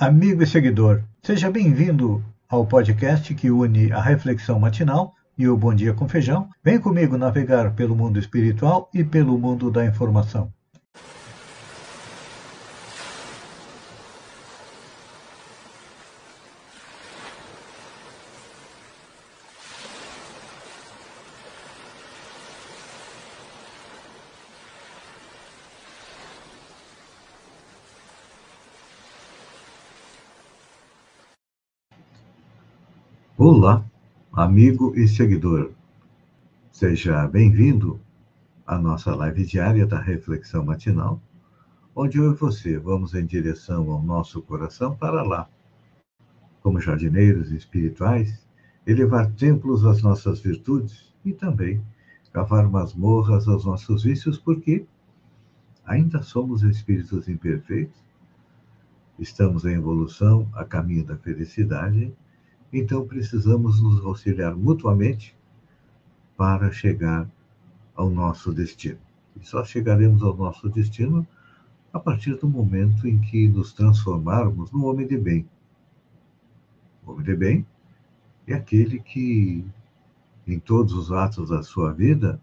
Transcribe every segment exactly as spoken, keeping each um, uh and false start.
Amigo e seguidor, seja bem-vindo ao podcast que une a reflexão matinal e o Bom Dia com Feijão. Vem comigo navegar pelo mundo espiritual e pelo mundo da informação. Olá, amigo e seguidor. Seja bem-vindo à nossa live diária da reflexão matinal, onde eu e você vamos em direção ao nosso coração para lá, como jardineiros espirituais, elevar templos às nossas virtudes e também cavar masmorras aos nossos vícios, porque ainda somos espíritos imperfeitos, estamos em evolução a caminho da felicidade, então precisamos nos auxiliar mutuamente para chegar ao nosso destino. E só chegaremos ao nosso destino a partir do momento em que nos transformarmos no homem de bem. O homem de bem é aquele que, em todos os atos da sua vida,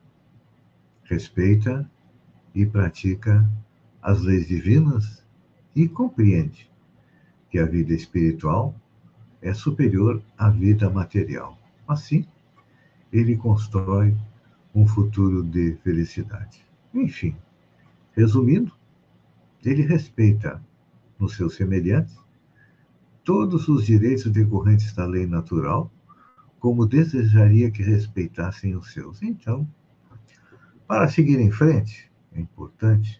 respeita e pratica as leis divinas e compreende que a vida espiritual é superior à vida material. Assim, ele constrói um futuro de felicidade. Enfim, resumindo, ele respeita nos seus semelhantes todos os direitos decorrentes da lei natural, como desejaria que respeitassem os seus. Então, para seguir em frente, é importante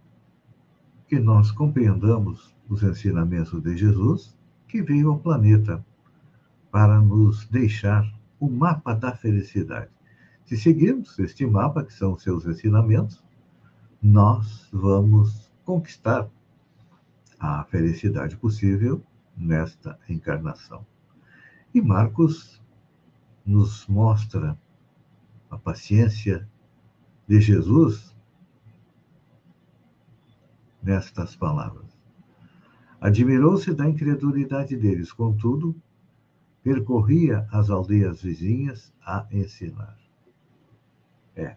que nós compreendamos os ensinamentos de Jesus, que veio ao planeta para nos deixar o mapa da felicidade. Se seguirmos este mapa, que são os seus ensinamentos, nós vamos conquistar a felicidade possível nesta encarnação. E Marcos nos mostra a paciência de Jesus nestas palavras. Admirou-se da incredulidade deles, contudo, percorria as aldeias vizinhas a ensinar. É.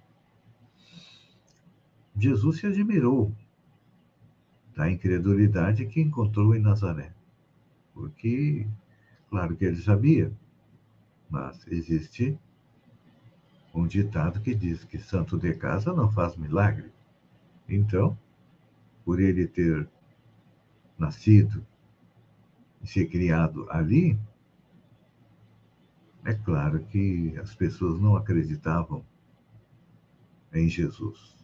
Jesus se admirou da incredulidade que encontrou em Nazaré. Porque, claro que ele sabia, mas existe um ditado que diz que santo de casa não faz milagre. Então, por ele ter nascido e ser criado ali, é claro que as pessoas não acreditavam em Jesus.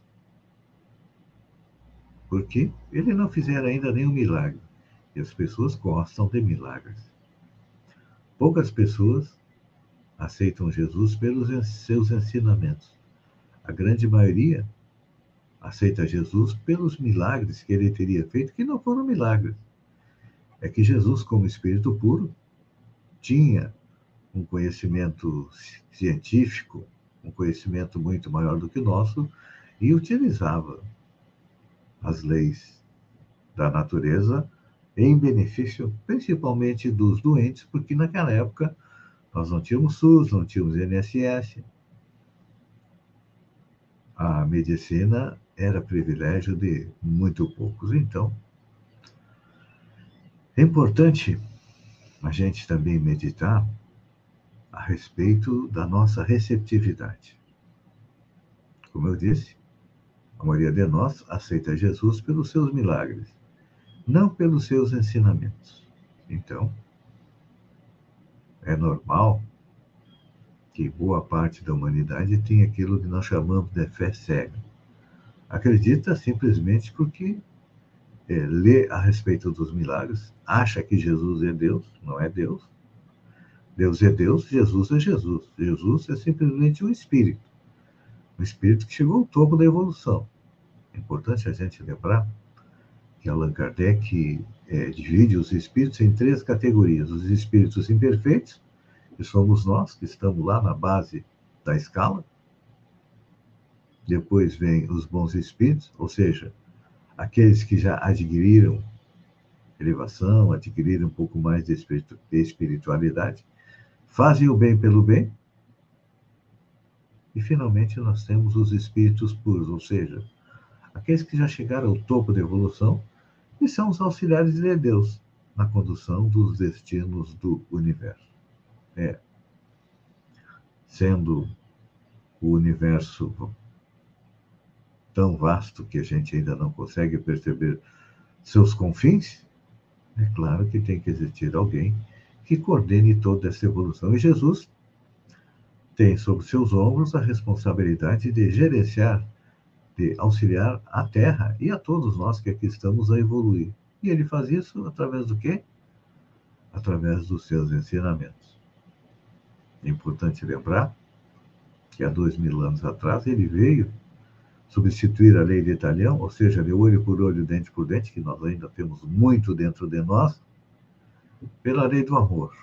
Porque ele não fizera ainda nenhum milagre. E as pessoas gostam de milagres. Poucas pessoas aceitam Jesus pelos seus ensinamentos. A grande maioria aceita Jesus pelos milagres que ele teria feito, que não foram milagres. É que Jesus, como espírito puro, tinha um conhecimento científico, um conhecimento muito maior do que o nosso, e utilizava as leis da natureza em benefício principalmente dos doentes, porque naquela época nós não tínhamos SUS, não tínhamos I N S S. A medicina era privilégio de muito poucos. Então, é importante a gente também meditar a respeito da nossa receptividade. Como eu disse, a maioria de nós aceita Jesus pelos seus milagres, não pelos seus ensinamentos. Então, é normal que boa parte da humanidade tenha aquilo que nós chamamos de fé cega. Acredita simplesmente porque é, lê a respeito dos milagres, acha que Jesus é Deus, não é Deus. Deus é Deus, Jesus é Jesus. Jesus é simplesmente um espírito. Um espírito que chegou ao topo da evolução. É importante a gente lembrar que Allan Kardec é, divide os espíritos em três categorias. Os espíritos imperfeitos, que somos nós, que estamos lá na base da escala. Depois vem os bons espíritos, ou seja, aqueles que já adquiriram elevação, adquirirem um pouco mais de espiritualidade, fazem o bem pelo bem, e finalmente nós temos os espíritos puros, ou seja, aqueles que já chegaram ao topo da evolução e são os auxiliares de Deus na condução dos destinos do universo. É, sendo o universo tão vasto que a gente ainda não consegue perceber seus confins, é claro que tem que existir alguém que coordene toda essa evolução. E Jesus tem sobre seus ombros a responsabilidade de gerenciar, de auxiliar a Terra e a todos nós que aqui estamos a evoluir. E ele faz isso através do quê? Através dos seus ensinamentos. É importante lembrar que há dois mil anos atrás ele veio substituir a lei de Italião, ou seja, de olho por olho, dente por dente, que nós ainda temos muito dentro de nós, pela lei do amor.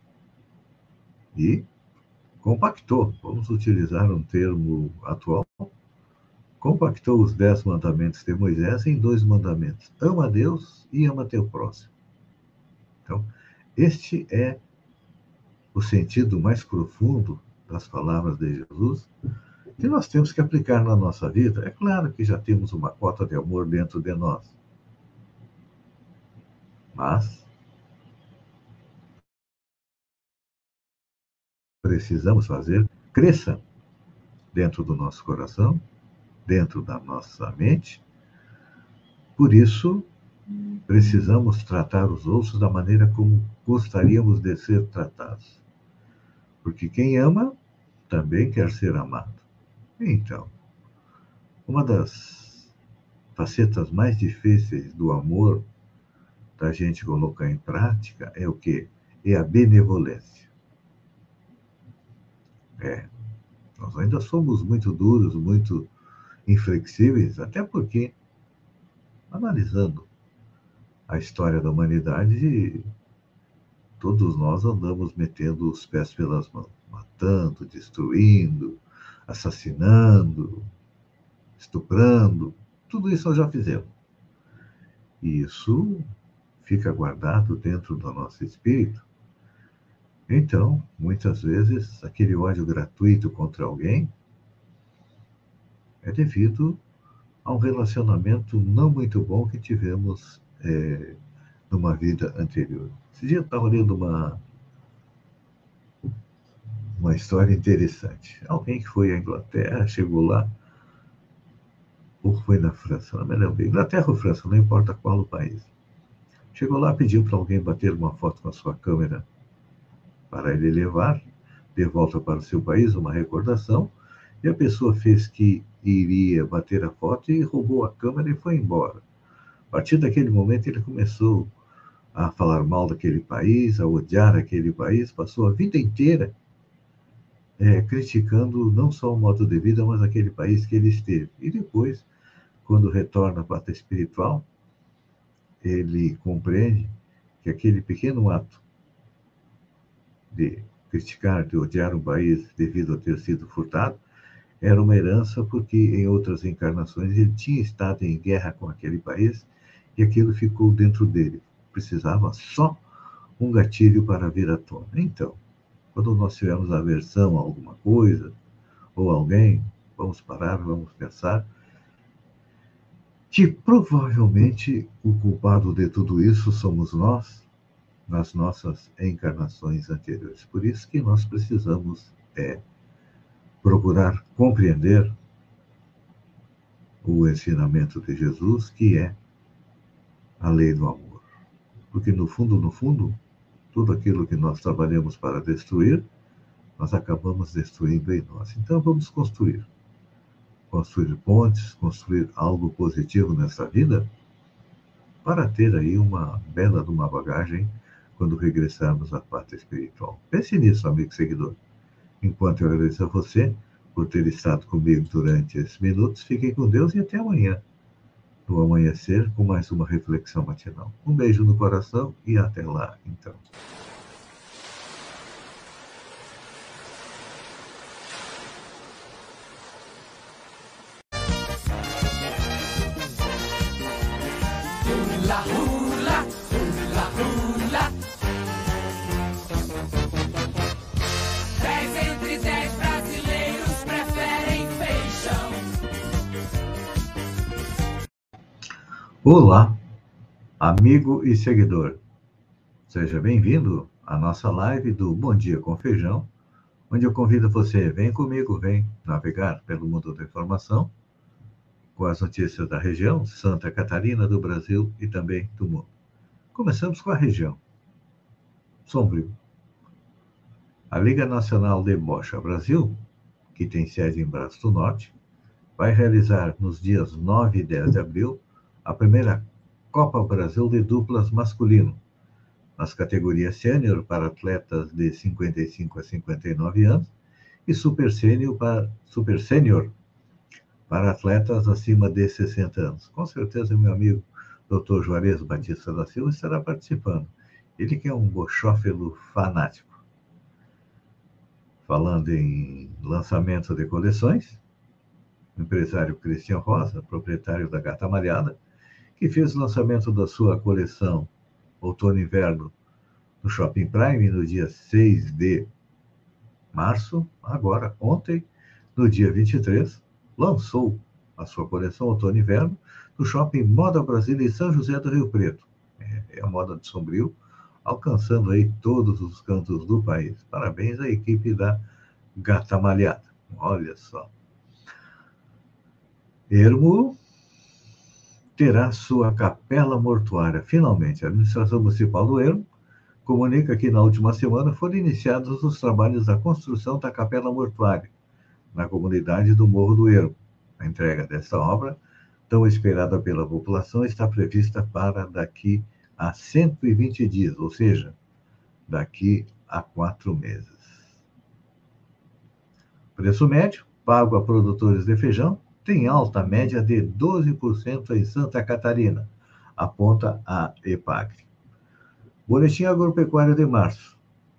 E compactou, vamos utilizar um termo atual, compactou os dez mandamentos de Moisés em dois mandamentos: ama a Deus e ama teu próximo. Então, este é o sentido mais profundo das palavras de Jesus, que nós temos que aplicar na nossa vida. É claro que já temos uma cota de amor dentro de nós, mas precisamos fazer cresça dentro do nosso coração, dentro da nossa mente. Por isso, precisamos tratar os outros da maneira como gostaríamos de ser tratados. Porque quem ama também quer ser amado. Então, uma das facetas mais difíceis do amor da gente colocar em prática é o quê? É a benevolência. É, nós ainda somos muito duros, muito inflexíveis, até porque, analisando a história da humanidade, todos nós andamos metendo os pés pelas mãos, matando, destruindo, assassinando, estuprando, tudo isso nós já fizemos. E isso fica guardado dentro do nosso espírito. Então, muitas vezes, aquele ódio gratuito contra alguém é devido a um relacionamento não muito bom que tivemos é, numa vida anterior. Esse dia eu estava lendo uma, uma história interessante. Alguém que foi à Inglaterra, chegou lá, ou foi na França, não me lembro bem. Inglaterra ou França, não importa qual o país. Chegou lá, pediu para alguém bater uma foto com a sua câmera para ele levar de volta para o seu país, uma recordação, e a pessoa fez que iria bater a foto e roubou a câmera e foi embora. A partir daquele momento ele começou a falar mal daquele país, a odiar aquele país, passou a vida inteira é, criticando não só o modo de vida, mas aquele país que ele esteve. E depois, quando retorna à pátria espiritual, ele compreende que aquele pequeno ato de criticar, de odiar um país devido a ter sido furtado, era uma herança porque em outras encarnações ele tinha estado em guerra com aquele país e aquilo ficou dentro dele. Precisava só um gatilho para vir à tona. Então, quando nós tivermos aversão a alguma coisa ou alguém, vamos parar, vamos pensar que provavelmente o culpado de tudo isso somos nós, nas nossas encarnações anteriores. Por isso que nós precisamos é, procurar compreender o ensinamento de Jesus, que é a lei do amor. Porque no fundo, no fundo, tudo aquilo que nós trabalhamos para destruir, nós acabamos destruindo em nós. Então vamos construir. Construir pontes, construir algo positivo nessa vida, para ter aí uma bela de uma bagagem quando regressarmos à pátria espiritual. Pense nisso, amigo seguidor. Enquanto eu agradeço a você por ter estado comigo durante esses minutos, fiquem com Deus e até amanhã, no amanhecer, com mais uma reflexão matinal. Um beijo no coração e até lá, então. Hula, hula, hula. Olá, amigo e seguidor. Seja bem-vindo à nossa live do Bom Dia com Feijão, onde eu convido você, vem comigo, vem navegar pelo mundo da informação, com as notícias da região, Santa Catarina, do Brasil e também do mundo. Começamos com a região. Sombrio. A Liga Nacional de Bocha Brasil, que tem sede em Braço do Norte, vai realizar nos dias nove e dez de abril a primeira Copa Brasil de Duplas Masculino, nas categorias sênior para atletas de cinquenta e cinco a cinquenta e nove anos e super sênior para, super sênior para atletas acima de sessenta anos. Com certeza, meu amigo doutor Juarez Batista da Silva estará participando. Ele que é um bochófilo fanático. Falando em lançamento de coleções, o empresário Cristian Rosa, proprietário da Gata Malhada, que fez o lançamento da sua coleção Outono e Inverno no Shopping Prime no dia seis de março, agora, ontem, no dia vinte e três, lançou a sua coleção Outono e Inverno no Shopping Moda Brasília em São José do Rio Preto. É, é a moda de Sombrio, alcançando aí todos os cantos do país. Parabéns à equipe da Gata Malhada. Olha só. Ermo terá sua capela mortuária. Finalmente, a administração municipal do Ermo comunica que na última semana foram iniciados os trabalhos da construção da capela mortuária na comunidade do Morro do Ermo. A entrega desta obra, tão esperada pela população, está prevista para daqui a cento e vinte dias, ou seja, daqui a quatro meses. Preço médio pago a produtores de feijão tem alta média de doze por cento em Santa Catarina, aponta a EPAGRE. Boletim Agropecuário de março,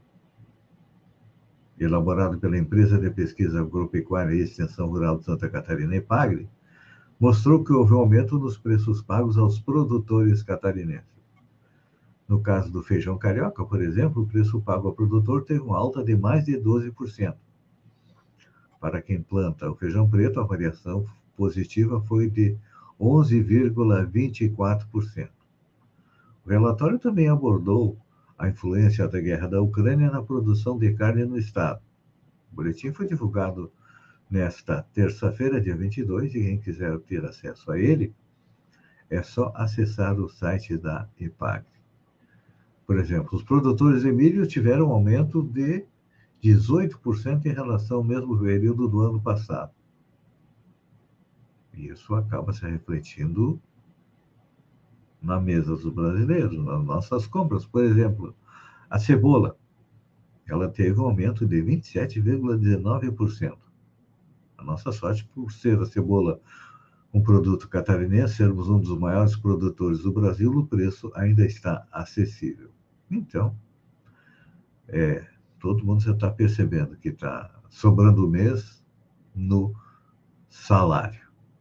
elaborado pela Empresa de Pesquisa Agropecuária e Extensão Rural de Santa Catarina, EPAGRE, mostrou que houve um aumento nos preços pagos aos produtores catarinenses. No caso do feijão carioca, por exemplo, o preço pago ao produtor teve uma alta de mais de doze por cento. Para quem planta o feijão preto, a variação positiva foi de onze vírgula vinte e quatro por cento. O relatório também abordou a influência da guerra da Ucrânia na produção de carne no estado. O boletim foi divulgado nesta terça-feira, dia vinte e dois, e quem quiser ter acesso a ele, é só acessar o site da EPAGRE. Por exemplo, os produtores de milho tiveram um aumento de dezoito por cento em relação ao mesmo período do ano passado. E isso acaba se refletindo na mesa dos brasileiros, nas nossas compras. Por exemplo, a cebola, ela teve um aumento de vinte e sete vírgula dezenove por cento. A nossa sorte, por ser a cebola um produto catarinense, sermos um dos maiores produtores do Brasil, o preço ainda está acessível. Então, é, todo mundo já está percebendo que está sobrando o mês no salário.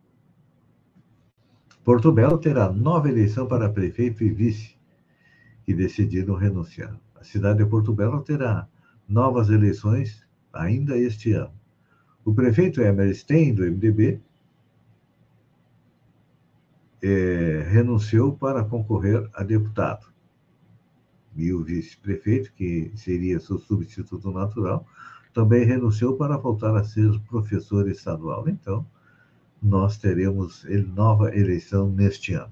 Porto Belo terá nova eleição para prefeito e vice, que decidiram renunciar. A cidade de Porto Belo terá novas eleições ainda este ano. O prefeito Emer Stein, do M D B, é, renunciou para concorrer a deputado. E o vice-prefeito, que seria seu substituto natural, também renunciou para voltar a ser professor estadual. Então, nós teremos nova eleição neste ano.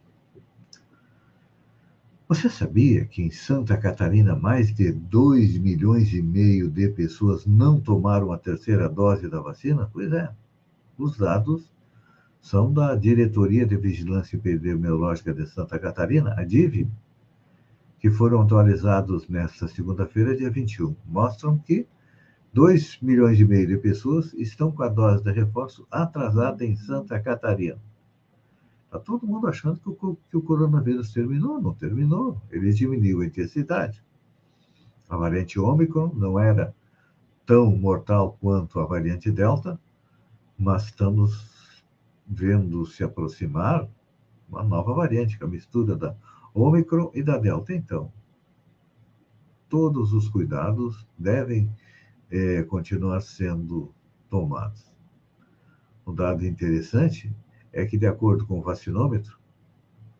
Você sabia que em Santa Catarina mais de dois milhões e meio de pessoas não tomaram a terceira dose da vacina? Pois é, os dados são da Diretoria de Vigilância Epidemiológica de Santa Catarina, a D I V, que foram atualizados nesta segunda-feira, dia vinte e um. Mostram que dois milhões e meio de pessoas estão com a dose de reforço atrasada em Santa Catarina. Está todo mundo achando que o, que o coronavírus terminou. Não terminou. Ele diminuiu a intensidade. A variante Ômicron não era tão mortal quanto a variante Delta, mas estamos vendo se aproximar uma nova variante, que é a mistura da Ômicron e da Delta. Então, todos os cuidados devem é, continuar sendo tomados. Um dado interessante é que, de acordo com o vacinômetro,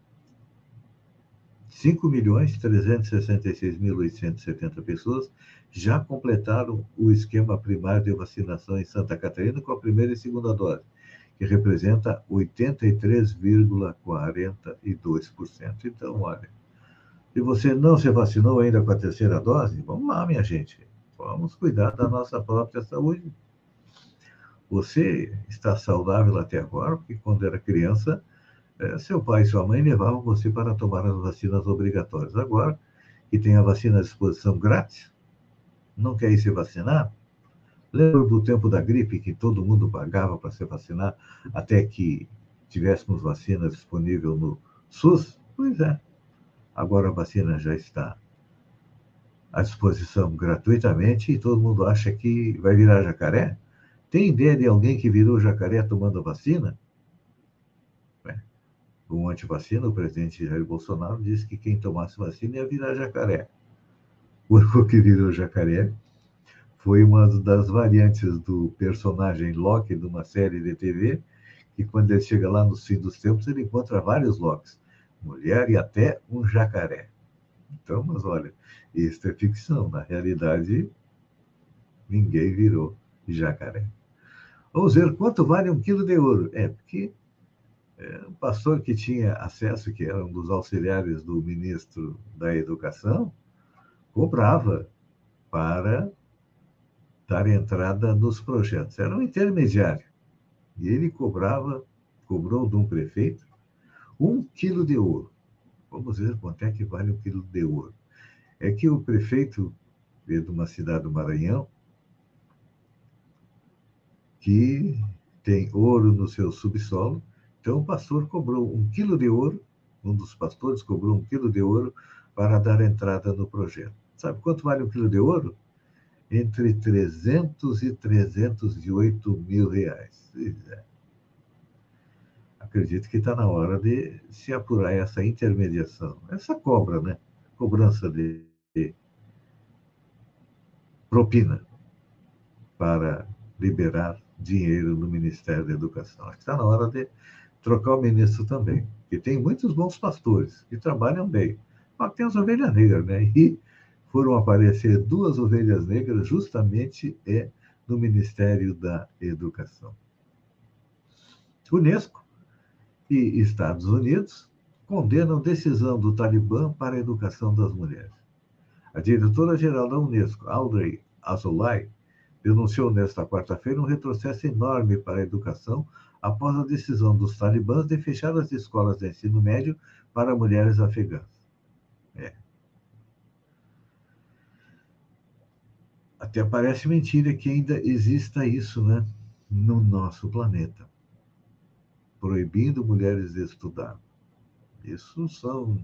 cinco milhões trezentos e sessenta e seis mil oitocentos e setenta pessoas já completaram o esquema primário de vacinação em Santa Catarina com a primeira e segunda dose, que representa oitenta e três vírgula quarenta e dois por cento. Então, olha, se você não se vacinou ainda com a terceira dose, vamos lá, minha gente. Vamos cuidar da nossa própria saúde. Você está saudável até agora, porque quando era criança, seu pai e sua mãe levavam você para tomar as vacinas obrigatórias. Agora, que tem a vacina à disposição grátis, não quer ir se vacinar? Lembra do tempo da gripe, que todo mundo pagava para se vacinar, até que tivéssemos vacina disponível no SUS? Pois é. Agora a vacina já está à disposição gratuitamente e todo mundo acha que vai virar jacaré. Tem ideia de alguém que virou jacaré tomando a vacina? É. O antivacina, o presidente Jair Bolsonaro, disse que quem tomasse vacina ia virar jacaré. O único que virou jacaré foi uma das variantes do personagem Loki de uma série de T V, que quando ele chega lá no fim dos tempos, ele encontra vários Lokis, mulher e até um jacaré. Então, mas olha, isso é ficção. Na realidade, ninguém virou jacaré. Vamos ver quanto vale um quilo de ouro. É, porque é, um pastor que tinha acesso, que era um dos auxiliares do ministro da Educação, cobrava para dar entrada nos projetos. Era um intermediário. E ele cobrava, cobrou de um prefeito, um quilo de ouro. Vamos ver quanto é que vale um quilo de ouro. É que o prefeito veio de uma cidade do Maranhão que tem ouro no seu subsolo. Então o pastor cobrou um quilo de ouro, um dos pastores cobrou um quilo de ouro para dar entrada no projeto. Sabe quanto vale um quilo de ouro? Entre trezentos e trezentos e oito mil reais. É. Acredito que está na hora de se apurar essa intermediação, essa cobra, né? Cobrança de propina para liberar dinheiro no Ministério da Educação. Acho que está na hora de trocar o ministro também, porque tem muitos bons pastores que trabalham bem, mas tem as ovelhas negras, né? E foram aparecer duas ovelhas negras justamente é no Ministério da Educação. Unesco e Estados Unidos condenam decisão do Talibã para a educação das mulheres. A diretora-geral da Unesco, Audrey Azoulay, denunciou nesta quarta-feira um retrocesso enorme para a educação após a decisão dos talibãs de fechar as escolas de ensino médio para mulheres afegãs. É. Até parece mentira que ainda exista isso, né, no nosso planeta. Proibindo mulheres de estudar. Isso são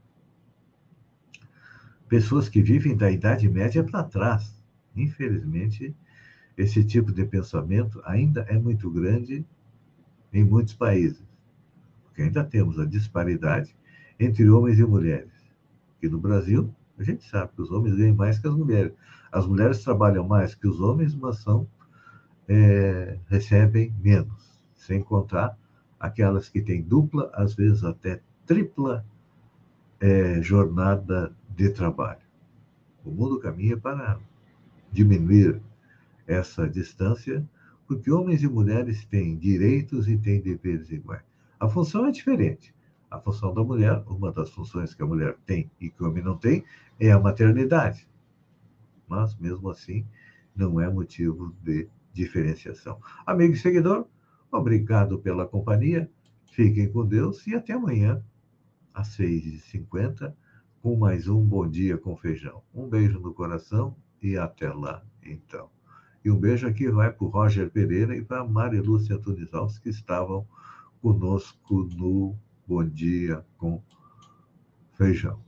pessoas que vivem da Idade Média para trás. Infelizmente, esse tipo de pensamento ainda é muito grande em muitos países, porque ainda temos a disparidade entre homens e mulheres. Aqui no Brasil, a gente sabe que os homens ganham mais que as mulheres. As mulheres trabalham mais que os homens, mas são, é, recebem menos, sem contar aquelas que têm dupla, às vezes até tripla é, jornada de trabalho. O mundo caminha para diminuir essa distância, porque homens e mulheres têm direitos e têm deveres iguais. A função é diferente. A função da mulher, uma das funções que a mulher tem e que o homem não tem, é a maternidade. Mas, mesmo assim, não é motivo de diferenciação. Amigo e seguidor, obrigado pela companhia. Fiquem com Deus e até amanhã, às seis e cinquenta, com mais um Bom Dia com Feijão. Um beijo no coração e até lá, então. E um beijo aqui vai para o Roger Pereira e para a Marilúcia Antunes Alves, que estavam conosco no Bom Dia com Feijão.